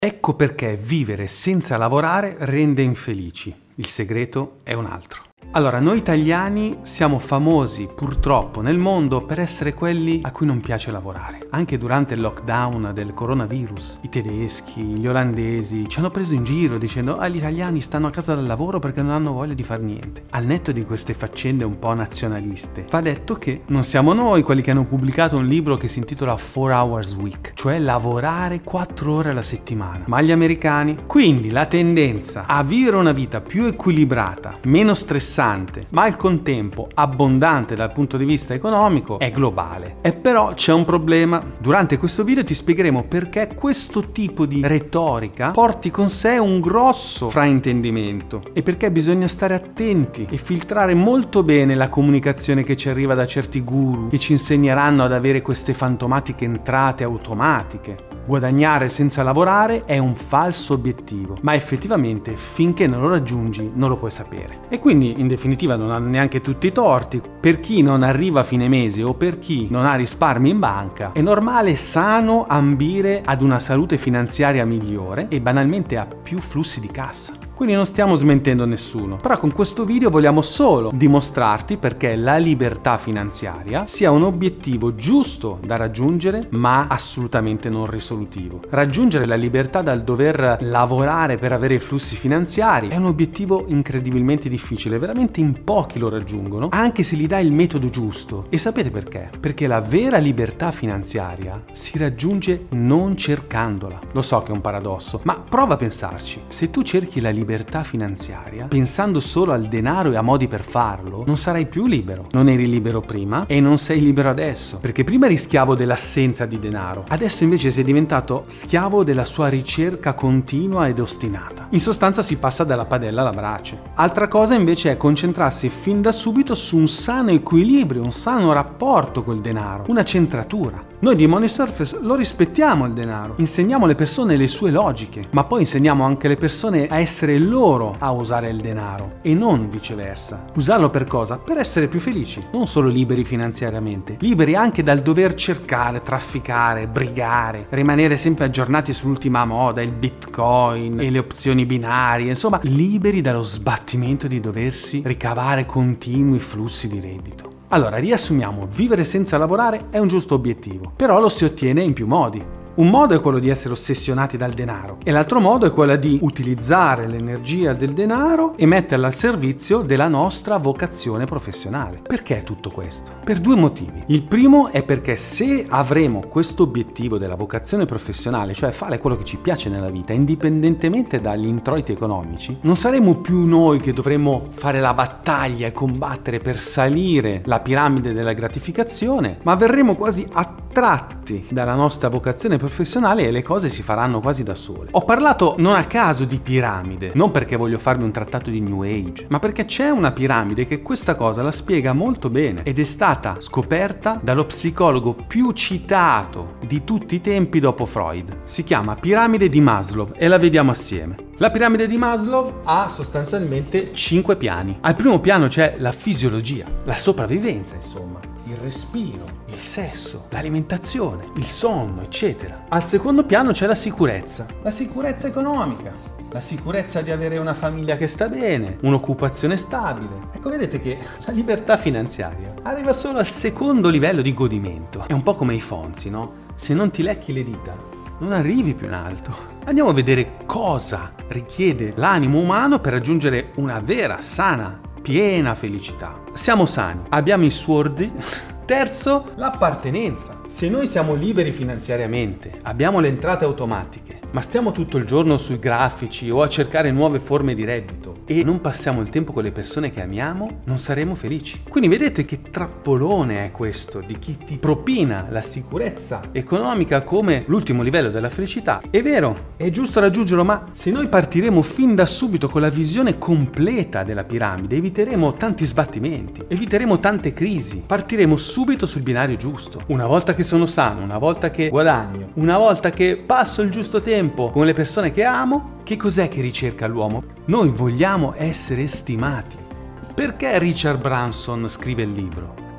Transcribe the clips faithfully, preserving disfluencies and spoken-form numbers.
Ecco perché vivere senza lavorare rende infelici. Il segreto è un altro. Allora, noi italiani siamo famosi purtroppo nel mondo per essere quelli a cui non piace lavorare. Anche durante il lockdown del coronavirus, i tedeschi, gli olandesi ci hanno preso in giro dicendo ah, gli italiani stanno a casa dal lavoro perché non hanno voglia di far niente. Al netto di queste faccende un po' nazionaliste, va detto che non siamo noi quelli che hanno pubblicato un libro che si intitola four hours week, cioè lavorare quattro ore alla settimana, ma gli americani. Quindi la tendenza a vivere una vita più equilibrata, meno stressante, ma al contempo abbondante dal punto di vista economico è globale. E però c'è un problema. Durante questo video ti spiegheremo perché questo tipo di retorica porti con sé un grosso fraintendimento e perché bisogna stare attenti e filtrare molto bene la comunicazione che ci arriva da certi guru che ci insegneranno ad avere queste fantomatiche entrate automatiche. Guadagnare senza lavorare è un falso obiettivo, ma effettivamente finché non lo raggiungi non lo puoi sapere. E quindi in definitiva non hanno neanche tutti i torti. Per chi non arriva a fine mese o per chi non ha risparmi in banca, è normale e sano ambire ad una salute finanziaria migliore e banalmente a più flussi di cassa. Quindi non stiamo smentendo nessuno, però con questo video vogliamo solo dimostrarti perché la libertà finanziaria sia un obiettivo giusto da raggiungere, ma assolutamente non risolutivo. Raggiungere la libertà dal dover lavorare per avere flussi finanziari è un obiettivo incredibilmente difficile, veramente in pochi lo raggiungono, anche se gli dai il metodo giusto. E sapete perché? Perché la vera libertà finanziaria si raggiunge non cercandola. Lo so che è un paradosso, ma prova a pensarci. Se tu cerchi la libertà libertà finanziaria, pensando solo al denaro e a modi per farlo, non sarai più libero. Non eri libero prima e non sei libero adesso, perché prima eri schiavo dell'assenza di denaro, adesso invece sei diventato schiavo della sua ricerca continua ed ostinata. In sostanza si passa dalla padella alla brace. Altra cosa invece è concentrarsi fin da subito su un sano equilibrio, un sano rapporto col denaro, una centratura. Noi di Money Surface lo rispettiamo il denaro, insegniamo alle persone le sue logiche, ma poi insegniamo anche alle persone a essere loro a usare il denaro e non viceversa. Usarlo per cosa? Per essere più felici, non solo liberi finanziariamente, liberi anche dal dover cercare, trafficare, brigare, rimanere sempre aggiornati sull'ultima moda, il bitcoin e le opzioni binarie, insomma, liberi dallo sbattimento di doversi ricavare continui flussi di reddito. Allora, riassumiamo, vivere senza lavorare è un giusto obiettivo, però lo si ottiene in più modi. Un modo è quello di essere ossessionati dal denaro e l'altro modo è quello di utilizzare l'energia del denaro e metterla al servizio della nostra vocazione professionale. Perché tutto questo? Per due motivi. Il primo è perché se avremo questo obiettivo della vocazione professionale, cioè fare quello che ci piace nella vita, indipendentemente dagli introiti economici, non saremo più noi che dovremmo fare la battaglia e combattere per salire la piramide della gratificazione, ma verremo quasi attratti dalla nostra vocazione professionale e le cose si faranno quasi da sole. Ho parlato non a caso di piramide, non perché voglio farvi un trattato di New Age, ma perché c'è una piramide che questa cosa la spiega molto bene ed è stata scoperta dallo psicologo più citato di tutti i tempi dopo Freud. Si chiama piramide di Maslow e la vediamo assieme. La piramide di Maslow ha sostanzialmente cinque piani. Al primo piano c'è la fisiologia, la sopravvivenza, insomma, il respiro, il sesso, l'alimentazione, il sonno, eccetera. Al secondo piano c'è la sicurezza, la sicurezza economica, la sicurezza di avere una famiglia che sta bene, un'occupazione stabile. Ecco, vedete che la libertà finanziaria arriva solo al secondo livello di godimento. È un po' come i Fonzi, no? Se non ti lecchi le dita, non arrivi più in alto. Andiamo a vedere cosa richiede l'animo umano per raggiungere una vera, sana, piena felicità. Siamo sani, abbiamo i suordi. Terzo, l'appartenenza. Se noi siamo liberi finanziariamente, abbiamo le entrate automatiche, ma stiamo tutto il giorno sui grafici o a cercare nuove forme di reddito e non passiamo il tempo con le persone che amiamo, non saremo felici. Quindi vedete che trappolone è questo di chi ti propina la sicurezza economica come l'ultimo livello della felicità. È vero, è giusto raggiungerlo, ma se noi partiremo fin da subito con la visione completa della piramide, eviteremo tanti sbattimenti, eviteremo tante crisi, partiremo subito sul binario giusto. Una volta che sono sano, una volta che guadagno, una volta che passo il giusto tempo con le persone che amo, che cos'è che ricerca l'uomo? Noi vogliamo essere stimati. Perché Richard Branson scrive il libro?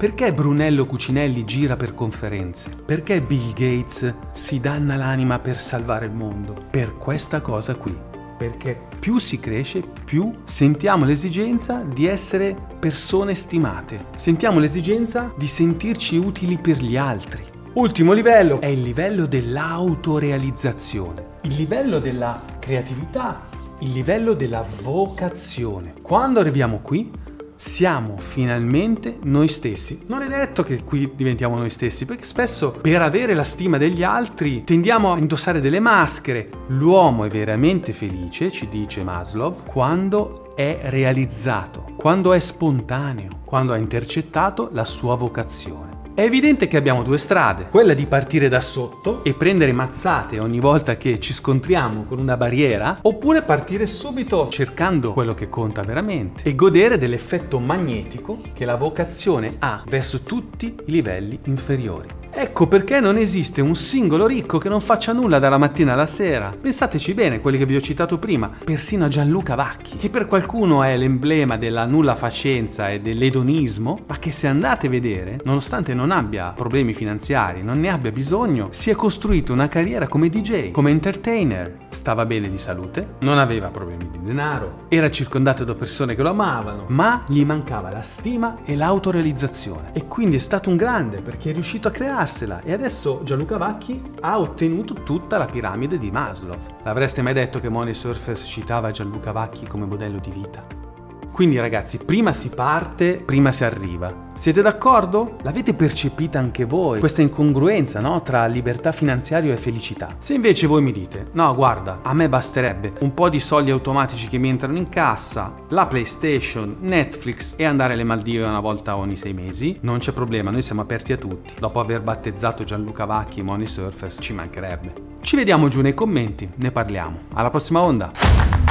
Perché Brunello Cucinelli gira per conferenze? Perché Bill Gates si danna l'anima per salvare il mondo? Per questa cosa qui. Perché più si cresce, più sentiamo l'esigenza di essere persone stimate. Sentiamo l'esigenza di sentirci utili per gli altri. Ultimo livello è il livello dell'autorealizzazione, il livello della creatività, il livello della vocazione. Quando arriviamo qui, siamo finalmente noi stessi. Non è detto che qui diventiamo noi stessi, perché spesso per avere la stima degli altri tendiamo a indossare delle maschere. L'uomo è veramente felice, ci dice Maslow, quando è realizzato, quando è spontaneo, quando ha intercettato la sua vocazione. È evidente che abbiamo due strade, quella di partire da sotto e prendere mazzate ogni volta che ci scontriamo con una barriera, oppure partire subito cercando quello che conta veramente e godere dell'effetto magnetico che la vocazione ha verso tutti i livelli inferiori. Ecco perché non esiste un singolo ricco che non faccia nulla dalla mattina alla sera. Pensateci bene, quelli che vi ho citato prima, persino Gianluca Vacchi, che per qualcuno è l'emblema della nulla facenza e dell'edonismo, ma che se andate a vedere, nonostante non abbia problemi finanziari, non ne abbia bisogno, si è costruito una carriera come D J, come entertainer. Stava bene di salute, non aveva problemi di denaro, era circondato da persone che lo amavano, ma gli mancava la stima e l'autorealizzazione. E quindi è stato un grande perché è riuscito a creare. E adesso Gianluca Vacchi ha ottenuto tutta la piramide di Maslow. L'avreste mai detto che Money Surfers citava Gianluca Vacchi come modello di vita? Quindi ragazzi, prima si parte, prima si arriva. Siete d'accordo? L'avete percepita anche voi, questa incongruenza, no? Tra libertà finanziaria e felicità. Se invece voi mi dite, no guarda, a me basterebbe un po' di soldi automatici che mi entrano in cassa, la PlayStation, Netflix e andare alle Maldive una volta ogni sei mesi, non c'è problema, noi siamo aperti a tutti. Dopo aver battezzato Gianluca Vacchi e Money Surfers, ci mancherebbe. Ci vediamo giù nei commenti, ne parliamo. Alla prossima onda!